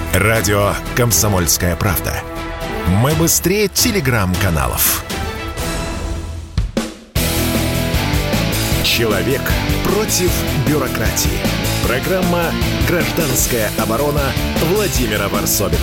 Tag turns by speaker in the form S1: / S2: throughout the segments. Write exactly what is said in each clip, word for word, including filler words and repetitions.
S1: Радио «Комсомольская правда». Мы быстрее телеграм-каналов. Человек против бюрократии. Программа «Гражданская оборона» Владимира Варсобина.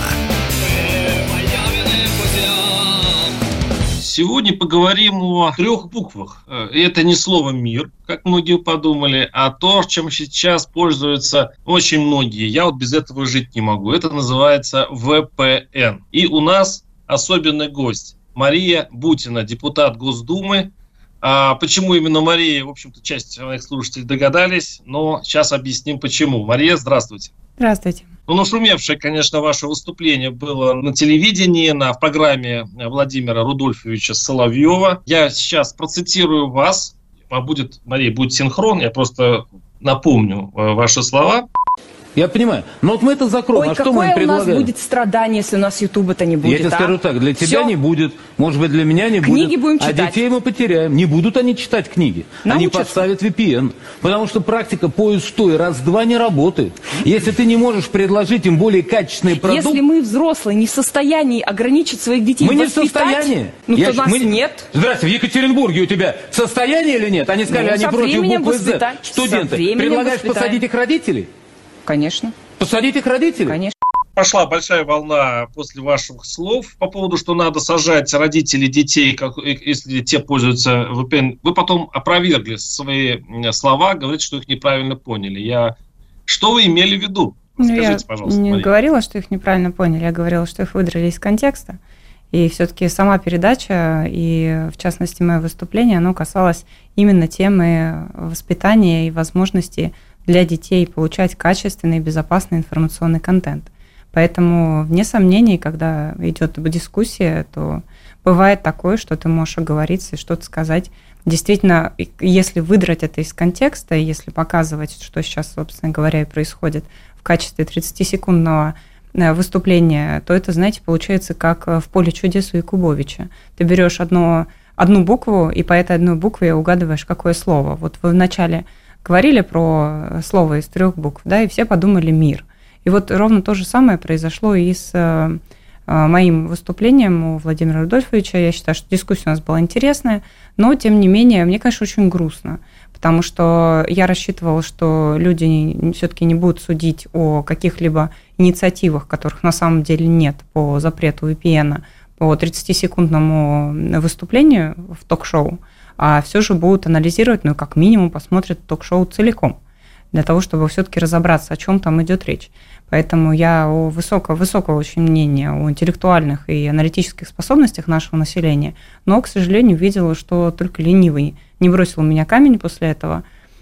S2: Сегодня поговорим о трех буквах. Это не слово «мир», как многие подумали, а то, чем сейчас пользуются очень многие. Я вот без этого жить не могу. Это называется вэ пэ эн. И у нас особенный гость. Мария Бутина, депутат Госдумы. А почему именно Мария? В общем-то, часть моих слушателей догадались, но сейчас объясним почему. Мария, здравствуйте.
S3: Здравствуйте.
S2: Ну, нашумевшее, конечно, ваше выступление было на телевидении, на программе Владимира Рудольфовича Соловьева. Я сейчас процитирую вас, а будет, Мария, будет синхрон, я просто напомню ваши слова.
S4: Я понимаю. Но вот мы это закроем.
S5: Ой,
S4: а что мы им предлагаем?
S5: Какое у нас будет страдание, если у нас Ютуба-то не будет,
S4: Я тебе
S5: а?
S4: скажу так, для тебя
S5: Всё?
S4: не будет, может быть, для меня не
S5: Книги
S4: будет.
S5: будем
S4: а
S5: читать.
S4: детей мы потеряем. Не будут они читать книги. Они
S5: Научатся.
S4: поставят ви пи эн. Потому что практика поиск стой раз-два не работает. Если ты не можешь предложить им более качественные продукты...
S5: Если мы, взрослые, не в состоянии ограничить своих детей,
S4: Мы не в
S5: воспитать,
S4: состоянии.
S5: ну
S4: Я
S5: то
S4: ж-
S5: нас
S4: мы-
S5: нет.
S4: Здравствуйте, в Екатеринбурге у тебя состояние или нет? Они сказали,
S5: Ну,
S4: они
S5: со
S4: против
S5: временем
S4: буквы «З».
S5: воспитать.
S4: Студенты,
S5: Со временем
S4: предлагаешь
S5: воспитаем.
S4: посадить их родителей?
S5: Конечно,
S4: Посадить их родителей?
S5: конечно.
S2: Пошла большая волна после ваших слов по поводу, что надо сажать родителей детей, как, если те пользуются вэ пэ эн. Вы потом опровергли свои слова, говорите, что их неправильно поняли. Я... Что вы имели в виду? Скажите,
S3: ну, я
S2: пожалуйста,
S3: не
S2: Мария.
S3: говорила, что их неправильно поняли, я говорила, что их выдрали из контекста. И все-таки сама передача, и в частности мое выступление, оно касалось именно темы воспитания и возможности для детей получать качественный и безопасный информационный контент. Поэтому, вне сомнений, когда идет дискуссия, то бывает такое, что ты можешь оговориться и что-то сказать. Действительно, если выдрать это из контекста, и если показывать, что сейчас, собственно говоря, и происходит в качестве тридцатисекундного выступления, то это, знаете, получается как в «Поле чудес» у Якубовича. Ты берешь одно, одну букву, и по этой одной букве угадываешь, какое слово. Вот вы вначале говорили про слово из трех букв, да, и все подумали «мир». И вот ровно то же самое произошло и с э, моим выступлением у Владимира Рудольфовича. Я считаю, что дискуссия у нас была интересная, но, тем не менее, мне, конечно, очень грустно, потому что я рассчитывала, что люди все-таки не будут судить о каких-либо инициативах, которых на самом деле нет по запрету ви пи эн, по тридцатисекундному выступлению в ток-шоу, а все же будут анализировать, ну, как минимум, посмотрят ток-шоу целиком, для того, чтобы все-таки разобраться, о чем там идет речь. Поэтому я о высокого, высокого очень мнения о интеллектуальных и аналитических способностях нашего населения, но, к сожалению, видела, что только ленивый не бросил у меня камень после этого,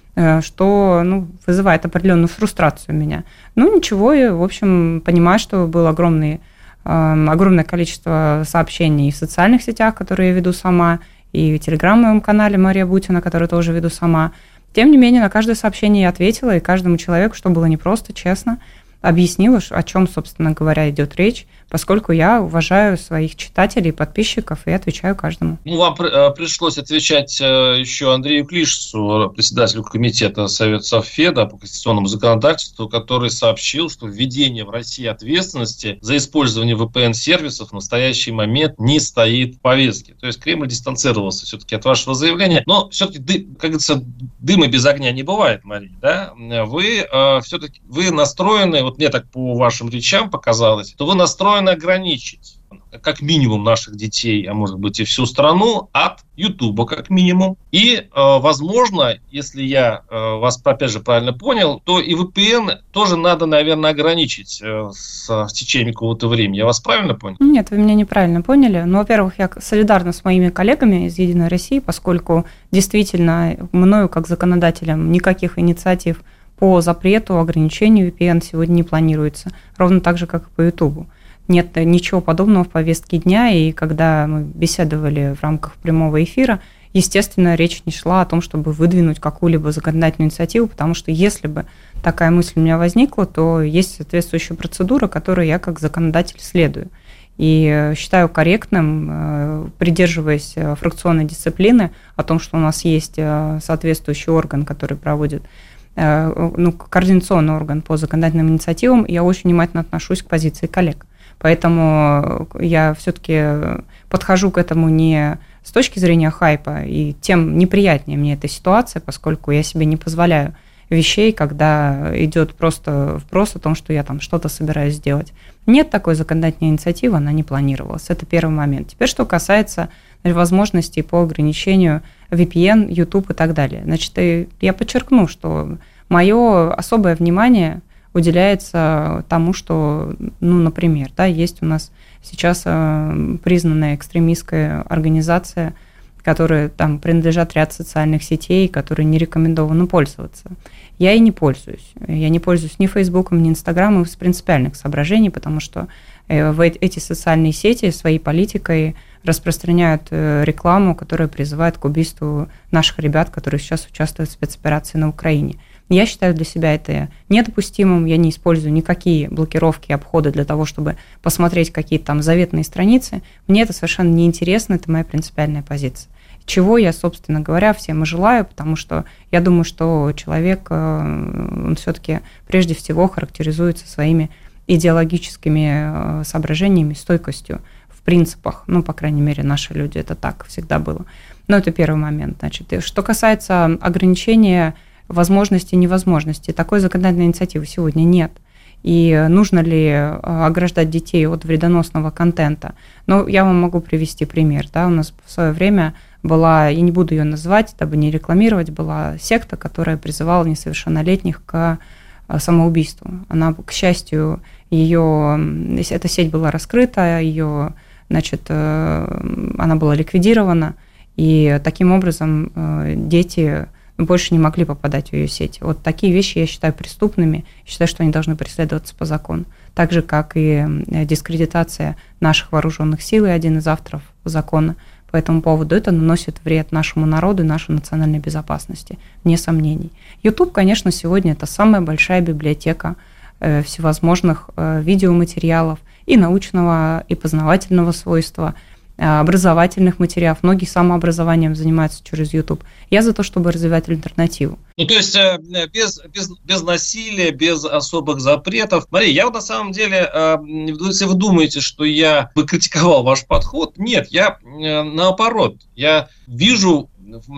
S3: что, ну, вызывает определенную фрустрацию у меня. Ну, ничего, я, в общем, понимаю, что было огромный, огромное количество сообщений в социальных сетях, которые я веду сама, и в телеграм-канале Мария Бутина, который тоже веду сама. Тем не менее, на каждое сообщение я ответила, и каждому человеку, что было непросто, честно, объяснила, о чем, собственно говоря, идет речь, поскольку я уважаю своих читателей, подписчиков и отвечаю каждому.
S2: Ну, вам при, пришлось отвечать еще Андрею Клишесу, председателю комитета Совета Совфеда по конституционному законодательству, который сообщил, что введение в России ответственности за использование вэ пэ эн-сервисов в настоящий момент не стоит в повестке. То есть Кремль дистанцировался все-таки от вашего заявления. Но все-таки, как говорится, дыма без огня не бывает, Мария. Да? Вы э, все-таки вы настроены, вот мне так по вашим речам показалось, то вы настроены ограничить как минимум наших детей, а может быть и всю страну, от Ютуба как минимум. И, э, возможно, если я э, вас опять же правильно понял, то и вэ пэ эн тоже надо, наверное, ограничить э, с, в течение какого-то времени. Я вас правильно понял?
S3: Нет, вы меня неправильно поняли. Ну, во-первых, я солидарна с моими коллегами из «Единой России», поскольку действительно мною, как законодателем, никаких инициатив по запрету, ограничению ви пи эн сегодня не планируется. Ровно так же, как и по Ютубу. Нет ничего подобного в повестке дня, и когда мы беседовали в рамках прямого эфира, естественно, речь не шла о том, чтобы выдвинуть какую-либо законодательную инициативу, потому что если бы такая мысль у меня возникла, то есть соответствующая процедура, которой я как законодатель следую. И считаю корректным, придерживаясь фракционной дисциплины, о том, что у нас есть соответствующий орган, который проводит ну, координационный орган по законодательным инициативам, я очень внимательно отношусь к позиции коллег. Поэтому я все-таки подхожу к этому не с точки зрения хайпа, и тем неприятнее мне эта ситуация, поскольку я себе не позволяю вещей, когда идет просто вброс о том, что я там что-то собираюсь сделать. Нет такой законодательной инициативы, она не планировалась. Это первый момент. Теперь, что касается возможностей по ограничению ви пи эн, YouTube и так далее. Значит, я подчеркну, что мое особое внимание уделяется тому, что, ну, например, да, есть у нас сейчас признанная экстремистская организация, которые там принадлежат ряд социальных сетей, которые не рекомендовано пользоваться. Я и не пользуюсь. Я не пользуюсь ни Фейсбуком, ни Инстаграмом из принципиальных соображений, потому что в эти социальные сети своей политикой распространяют рекламу, которая призывает к убийству наших ребят, которые сейчас участвуют в спецоперации на Украине. Я считаю для себя это недопустимым, я не использую никакие блокировки и обходы для того, чтобы посмотреть какие-то там заветные страницы. Мне это совершенно неинтересно, это моя принципиальная позиция. Чего я, собственно говоря, всем и желаю, потому что я думаю, что человек, он все-таки прежде всего характеризуется своими идеологическими соображениями, стойкостью в принципах. Ну, по крайней мере, наши люди, это так всегда было. Но это первый момент. Значит, что касается ограничения возможности и невозможности, такой законодательной инициативы сегодня нет. И нужно ли ограждать детей от вредоносного контента? Ну, я вам могу привести пример. Да? У нас в свое время была, я не буду ее называть, дабы не рекламировать, была секта, которая призывала несовершеннолетних к самоубийству. Она, к счастью, ее, эта сеть была раскрыта, ее, значит, она была ликвидирована, и таким образом дети больше не могли попадать в ее сеть. Вот такие вещи я считаю преступными, считаю, что они должны преследоваться по закону. Так же, как и дискредитация наших вооруженных сил, и один из авторов закона по этому поводу, это наносит вред нашему народу и нашей национальной безопасности, вне сомнений. YouTube, конечно, сегодня это самая большая библиотека всевозможных видеоматериалов и научного, и познавательного свойства, образовательных материалов. Многие самообразованием занимаются через YouTube. Я за то, чтобы развивать альтернативу.
S2: Ну, то есть без, без, без насилия, без особых запретов. Мария, я вот на самом деле, если вы думаете, что я бы критиковал ваш подход, нет, я наоборот, я вижу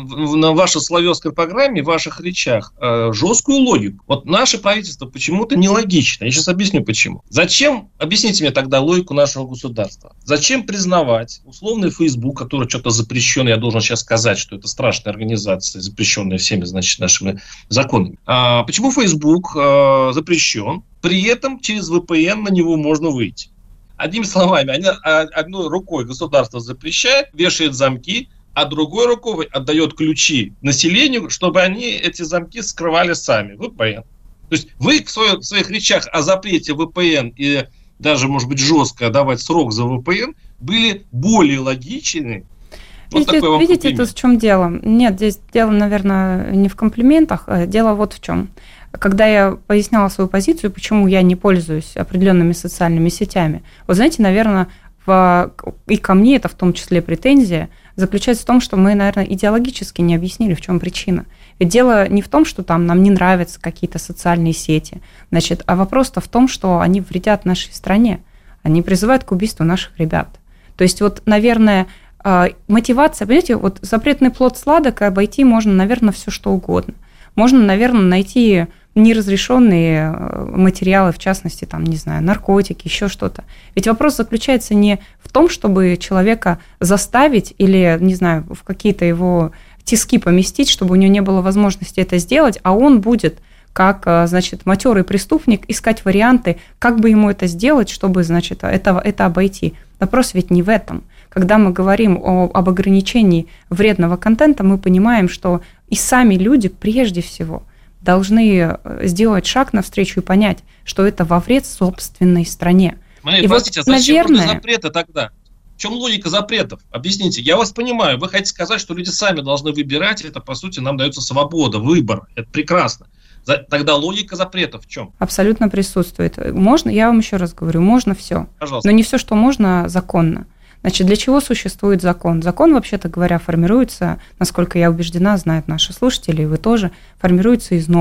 S2: на вашей словесской программе, в ваших речах жесткую логику. Вот наше правительство почему-то нелогично. Я сейчас объясню, почему. Зачем, объясните мне тогда логику нашего государства, зачем признавать условный Facebook, который что-то запрещен, я должен сейчас сказать, что это страшная организация, запрещенная всеми, значит, нашими законами. А почему Facebook а, запрещен, при этом через ви пи эн на него можно выйти? Одними словами, они, одной рукой государство запрещает, вешает замки, а другой рукой отдает ключи населению, чтобы они эти замки скрывали сами, ви пи эн. То есть вы в своих, в своих речах о запрете ви пи эн и даже, может быть, жестко давать срок за ви пи эн были более логичны. Вот
S3: видите, видите тут в чем дело? Нет, здесь дело, наверное, не в комплиментах, дело вот в чем. Когда я поясняла свою позицию, почему я не пользуюсь определенными социальными сетями, вот знаете, наверное, в, и ко мне это в том числе претензия, заключается в том, что мы, наверное, идеологически не объяснили, в чем причина. Ведь дело не в том, что там нам не нравятся какие-то социальные сети, значит, а вопрос-то в том, что они вредят нашей стране, они призывают к убийству наших ребят. То есть вот, наверное, мотивация, понимаете, вот запретный плод сладок, обойти можно, наверное, все что угодно. Можно, наверное, найти неразрешенные материалы, в частности, там, не знаю, наркотики, еще что-то. Ведь вопрос заключается не в том, чтобы человека заставить или, не знаю, в какие-то его тиски поместить, чтобы у него не было возможности это сделать, а он будет, как, значит, матерый преступник, искать варианты, как бы ему это сделать, чтобы, значит, это, это обойти. Вопрос ведь не в этом. Когда мы говорим о, об ограничении вредного контента, мы понимаем, что и сами люди прежде всего должны сделать шаг навстречу и понять, что это во вред собственной стране.
S2: Мария, и простите, вот, а зачем наверное... запреты тогда? В чем логика запретов? Объясните. Я вас понимаю. Вы хотите сказать, что люди сами должны выбирать. Это, по сути, нам дается свобода, выбор. Это прекрасно. Тогда логика запретов в чем?
S3: Абсолютно присутствует. Можно, я вам еще раз говорю, можно все. Пожалуйста. Но не все, что можно, законно. Значит, для чего существует закон? Закон, вообще-то говоря, формируется, насколько я убеждена, знают наши слушатели, и вы тоже, формируется из нормы.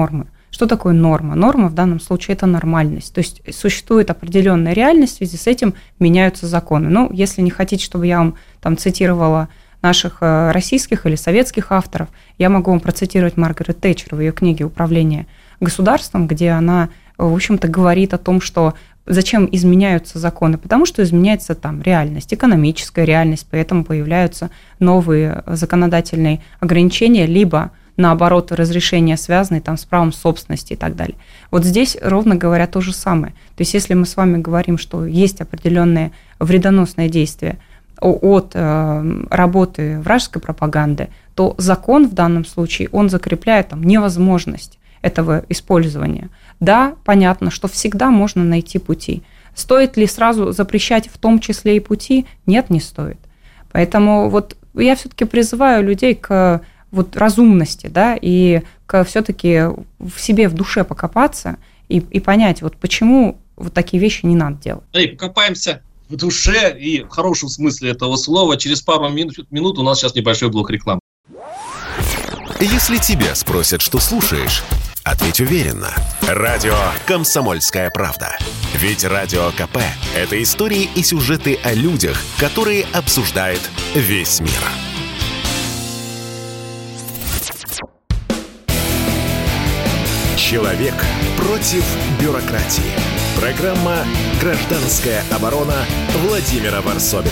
S3: Что такое норма? Норма в данном случае – это нормальность. То есть существует определенная реальность, в связи с этим меняются законы. Ну, если не хотите, чтобы я вам там цитировала наших российских или советских авторов, я могу вам процитировать Маргарет Тэтчер в ее книге «Управление государством», где она, в общем-то, говорит о том, что зачем изменяются законы, потому что изменяется там реальность, экономическая реальность, поэтому появляются новые законодательные ограничения, либо наоборот, разрешения, связанные там, с правом собственности и так далее. Вот здесь, ровно говоря, то же самое. То есть, если мы с вами говорим, что есть определенные вредоносные действия от э, работы вражеской пропаганды, то закон в данном случае, он закрепляет там, невозможность этого использования. Да, понятно, что всегда можно найти пути. Стоит ли сразу запрещать в том числе и пути? Нет, не стоит. Поэтому вот я все-таки призываю людей к вот разумности, да, и к все-таки в себе, в душе покопаться и, и понять, вот почему вот такие вещи не надо делать.
S2: Эй, покопаемся в душе и в хорошем смысле этого слова. Через пару минут, минут у нас сейчас небольшой блок рекламы.
S1: Если тебя спросят, что слушаешь, ответь уверенно. Радио «Комсомольская правда». Ведь Радио КП – это истории и сюжеты о людях, которые обсуждает весь мир. Человек против бюрократии. Программа «Гражданская оборона» Владимира Варсобина.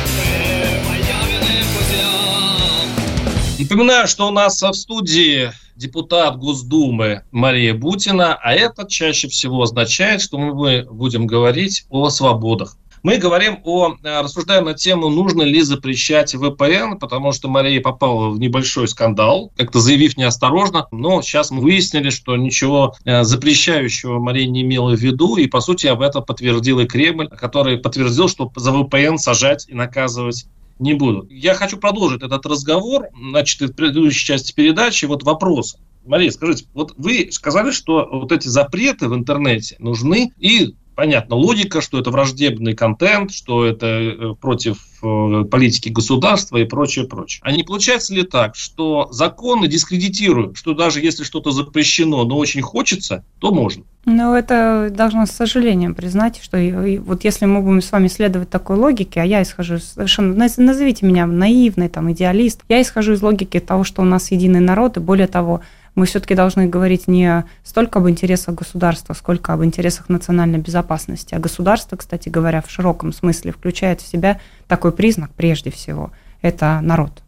S2: Напоминаю, что у нас в студии депутат Госдумы Мария Бутина, а это чаще всего означает, что мы будем говорить о свободах. Мы говорим о, рассуждаем на тему, нужно ли запрещать вэ пэ эн, потому что Мария попала в небольшой скандал, как-то заявив неосторожно, но сейчас мы выяснили, что ничего запрещающего Мария не имела в виду, и, по сути, об этом подтвердил и Кремль, который подтвердил, что за вэ пэ эн сажать и наказывать не будут. Я хочу продолжить этот разговор, значит, в предыдущей части передачи, вот вопрос. Мария, скажите, вот вы сказали, что вот эти запреты в интернете нужны, и понятно, логика, что это враждебный контент, что это против политики государства и прочее, прочее. А не получается ли так, что законы дискредитируют, что даже если что-то запрещено, но очень хочется, то можно?
S3: Ну, это должна с сожалением признать, что и, вот если мы будем с вами следовать такой логике, а я исхожу совершенно, назовите меня наивной, там, идеалист, я исхожу из логики того, что у нас единый народ, и более того, мы все-таки должны говорить не столько об интересах государства, сколько об интересах национальной безопасности. А государство, кстати говоря, в широком смысле включает в себя такой признак, прежде всего, это народ.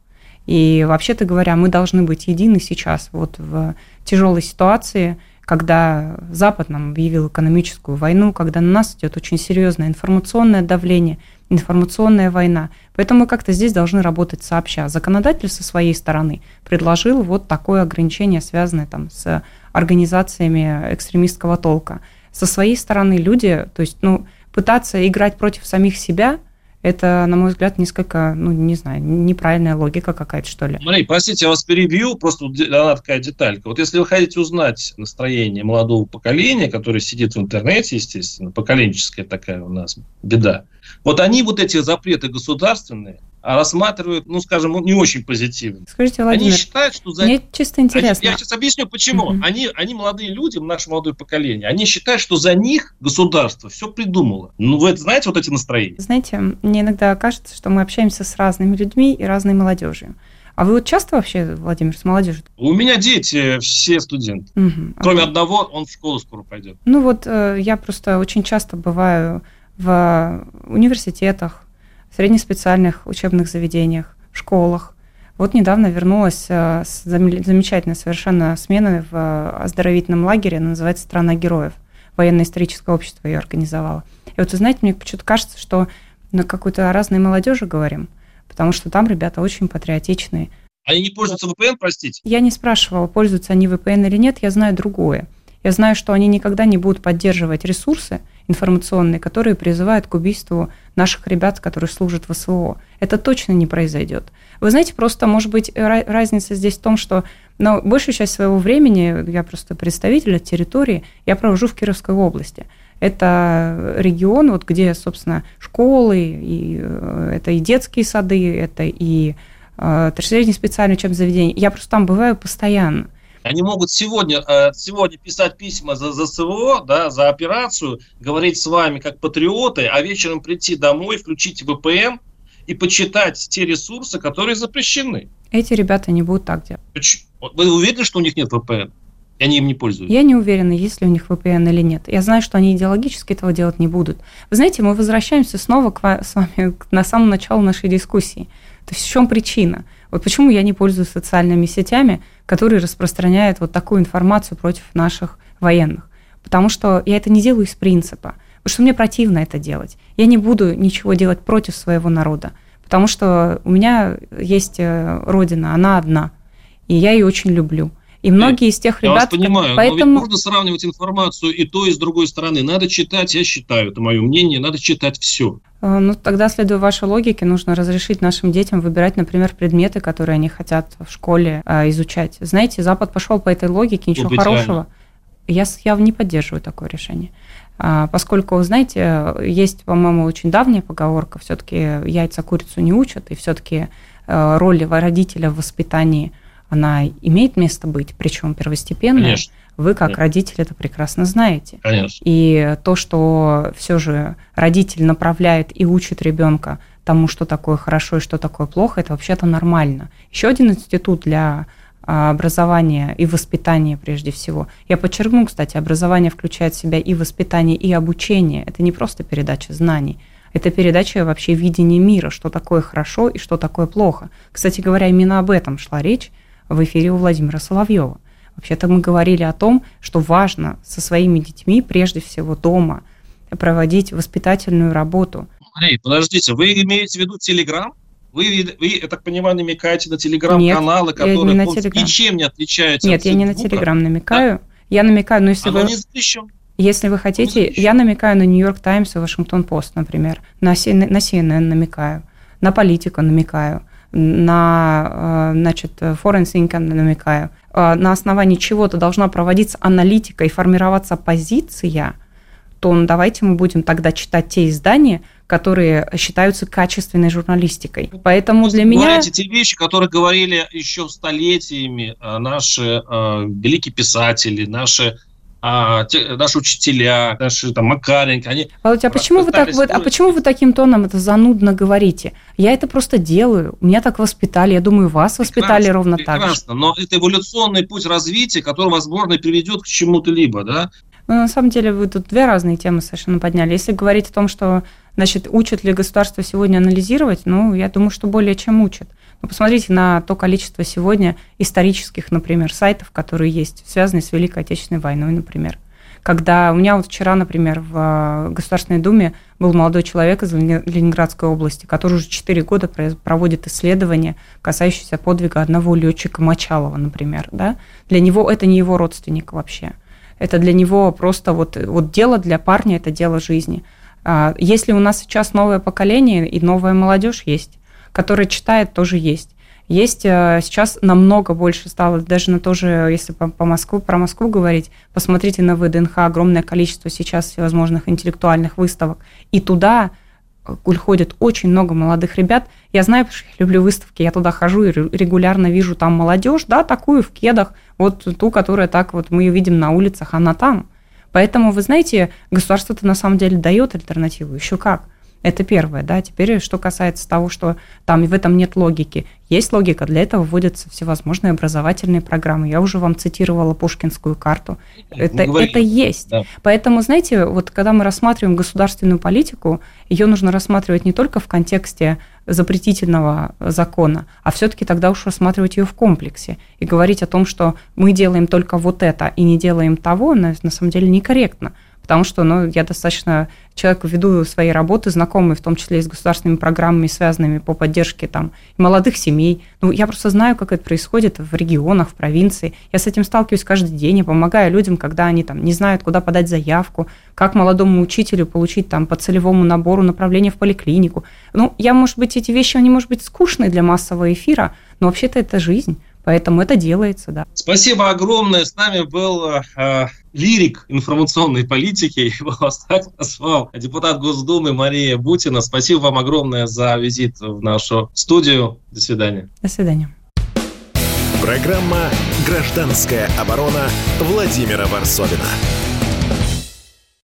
S3: И вообще-то говоря, мы должны быть едины сейчас вот в тяжелой ситуации, когда Запад нам объявил экономическую войну, когда на нас идет очень серьезное информационное давление, информационная война. Поэтому мы как-то здесь должны работать сообща. Законодатель со своей стороны предложил вот такое ограничение, связанное там с организациями экстремистского толка. Со своей стороны люди, то есть, ну, пытаться играть против самих себя, это, на мой взгляд, несколько, ну, не знаю, неправильная логика какая-то, что ли.
S2: Мария, простите, я вас перебью, просто она такая деталька. Вот если вы хотите узнать настроение молодого поколения, которое сидит в интернете, естественно, поколенческая такая у нас беда, вот они вот эти запреты государственные рассматривают, ну, скажем, не очень позитивно.
S3: Скажите, Владимир,
S2: они считают, что за...
S3: мне чисто интересно.
S2: Они, я сейчас объясню, почему.
S3: Uh-huh.
S2: Они, они молодые люди, наше молодое поколение, они считают, что за них государство все придумало. Ну, вы это знаете, вот эти настроения?
S3: Знаете, мне иногда кажется, что мы общаемся с разными людьми и разной молодежью. А вы вот часто вообще, Владимир, с молодежью?
S2: У меня дети все студенты. Uh-huh. Кроме uh-huh. одного, он в школу скоро пойдет.
S3: Ну вот я просто очень часто бываю в университетах, среднеспециальных учебных заведениях, школах. Вот недавно вернулась с замечательной совершенно смены в оздоровительном лагере, она называется «Страна героев». Военно-историческое общество ее организовало. И вот, вы знаете, мне почему-то кажется, что на какой-то разной молодежи говорим, потому что там ребята очень патриотичные.
S2: Они не пользуются вэ пэ эн, простите?
S3: Я не спрашивала, пользуются они вэ пэ эн или нет, я знаю другое. Я знаю, что они никогда не будут поддерживать ресурсы информационные, которые призывают к убийству наших ребят, которые служат в эс вэ о. Это точно не произойдет. Вы знаете, просто, может быть, разница здесь в том, что ну, большую часть своего времени, я просто представитель от территории, я провожу в Кировской области. Это регион, вот, где, собственно, школы, и, это и детские сады, это и э, среднее специальное учебное заведение. Я просто там бываю постоянно.
S2: Они могут сегодня, сегодня писать письма за ЗСО, да, за операцию, говорить с вами как патриоты, а вечером прийти домой, включить вэ пэ эн и почитать те ресурсы, которые запрещены.
S3: Эти ребята не будут так делать.
S2: Вы уверены, что у них нет вэ пэ эн? И они им не пользуются?
S3: Я не уверена, есть ли у них вэ пэ эн или нет. Я знаю, что они идеологически этого делать не будут. Вы знаете, мы возвращаемся снова к с вами на самом началу нашей дискуссии. То есть в чем причина? Вот почему я не пользуюсь социальными сетями, которые распространяют вот такую информацию против наших военных? Потому что я это не делаю из принципа. Потому что мне противно это делать. Я не буду ничего делать против своего народа. Потому что у меня есть родина, она одна. И я ее очень люблю. И многие из тех
S2: я
S3: ребят...
S2: Я вас понимаю,
S3: поэтому...
S2: но ведь можно сравнивать информацию и то, и с другой стороны. Надо читать, я считаю, это мое мнение, надо читать все.
S3: Ну, тогда, следуя вашей логике, нужно разрешить нашим детям выбирать, например, предметы, которые они хотят в школе э, изучать. Знаете, Запад пошел по этой логике, ничего хорошего. Я, я не поддерживаю такое решение. А, поскольку, знаете, есть, по-моему, очень давняя поговорка, все-таки яйца курицу не учат, и все-таки э, роль родителя в воспитании она имеет место быть, причем первостепенная.
S2: Конечно.
S3: Вы, как родитель, это прекрасно знаете.
S2: Конечно.
S3: И то, что все же родитель направляет и учит ребенка тому, что такое хорошо и что такое плохо, это вообще-то нормально. Еще один институт для образования и воспитания прежде всего. Я подчеркну, кстати, образование включает в себя и воспитание, и обучение. Это не просто передача знаний. Это передача вообще видения мира, что такое хорошо и что такое плохо. Кстати говоря, именно об этом шла речь в эфире у Владимира Соловьева. Вообще-то мы говорили о том, что важно со своими детьми, прежде всего дома, проводить воспитательную работу.
S2: Мария, подождите, вы имеете в виду Телеграм? Вы, вы, я так понимаю, намекаете на Телеграм-каналы, которые не ничем не отличаются
S3: Нет, от я не на Телеграм намекаю. Да? Я намекаю, но если
S2: Оно
S3: вы...
S2: не запрещено.
S3: Если вы хотите, я намекаю на Нью-Йорк Таймс и Вашингтон Пост, например, на си эн эн намекаю, на Политику намекаю, на, значит, Foreign Thinking намекаю. На основании чего-то должна проводиться аналитика и формироваться позиция, то ну, давайте мы будем тогда читать те издания, которые считаются качественной журналистикой. Поэтому для меня... Вы
S2: говорите те вещи, которые говорили еще столетиями наши э, великие писатели, наши... А, те, наши учителя, наши там Макаренко, они...
S3: Володя, а почему, вы так, вот, а почему вы таким тоном это занудно говорите? Я это просто делаю, меня так воспитали, я думаю, вас воспитали прекрасно, ровно прекрасно, так же.
S2: Но это эволюционный путь развития, который, возможно, приведет к чему-то либо, да?
S3: Ну, на самом деле, вы тут две разные темы совершенно подняли. Если говорить о том, что, значит, учат ли государство сегодня анализировать, ну, я думаю, что более чем учат. Но посмотрите на то количество сегодня исторических, например, сайтов, которые есть, связанные с Великой Отечественной войной, например. Когда у меня вот вчера, например, в Государственной Думе был молодой человек из Ленинградской области, который уже четыре года проводит исследования, касающиеся подвига одного летчика Мочалова, например. Да? Для него это не его родственник вообще. Это для него просто вот, вот дело для парня, это дело жизни. Если у нас сейчас новое поколение и новая молодежь есть, которая читает, тоже есть. Есть сейчас намного больше стало, даже на то же, если по, по Москву, про Москву говорить, посмотрите на вэ дэ эн ха, огромное количество сейчас всевозможных интеллектуальных выставок. И туда ходит очень много молодых ребят. Я знаю, потому что я люблю выставки, я туда хожу и регулярно вижу там молодежь, да, такую в кедах, вот ту, которая так вот мы ее видим на улицах, она там. Поэтому, вы знаете, государство-то на самом деле дает альтернативу, еще как. Это первое, да. Теперь, что касается того, что там в этом нет логики. Есть логика, для этого вводятся всевозможные образовательные программы. Я уже вам цитировала Пушкинскую карту. Это, это есть. Да. Поэтому, знаете, вот когда мы рассматриваем государственную политику, ее нужно рассматривать не только в контексте запретительного закона, а все-таки тогда уж рассматривать ее в комплексе и говорить о том, что мы делаем только вот это и не делаем того, на, на самом деле некорректно. Потому что ну, я достаточно человек веду свои работы, знакомый в том числе и с государственными программами, связанными по поддержке там, молодых семей. Ну, я просто знаю, как это происходит в регионах, в провинции. Я с этим сталкиваюсь каждый день, я помогаю людям, когда они там, не знают, куда подать заявку, как молодому учителю получить там, по целевому набору направление в поликлинику. Ну, я, может быть, эти вещи, они, может быть, скучные для массового эфира, но вообще-то это жизнь. Поэтому это делается, да.
S2: Спасибо огромное. С нами был э, лирик информационной политики, его так назвал депутат Госдумы Мария Бутина. Спасибо вам огромное за визит в нашу студию. До свидания.
S3: До свидания.
S1: Программа «Гражданская оборона» Владимира Варсовина.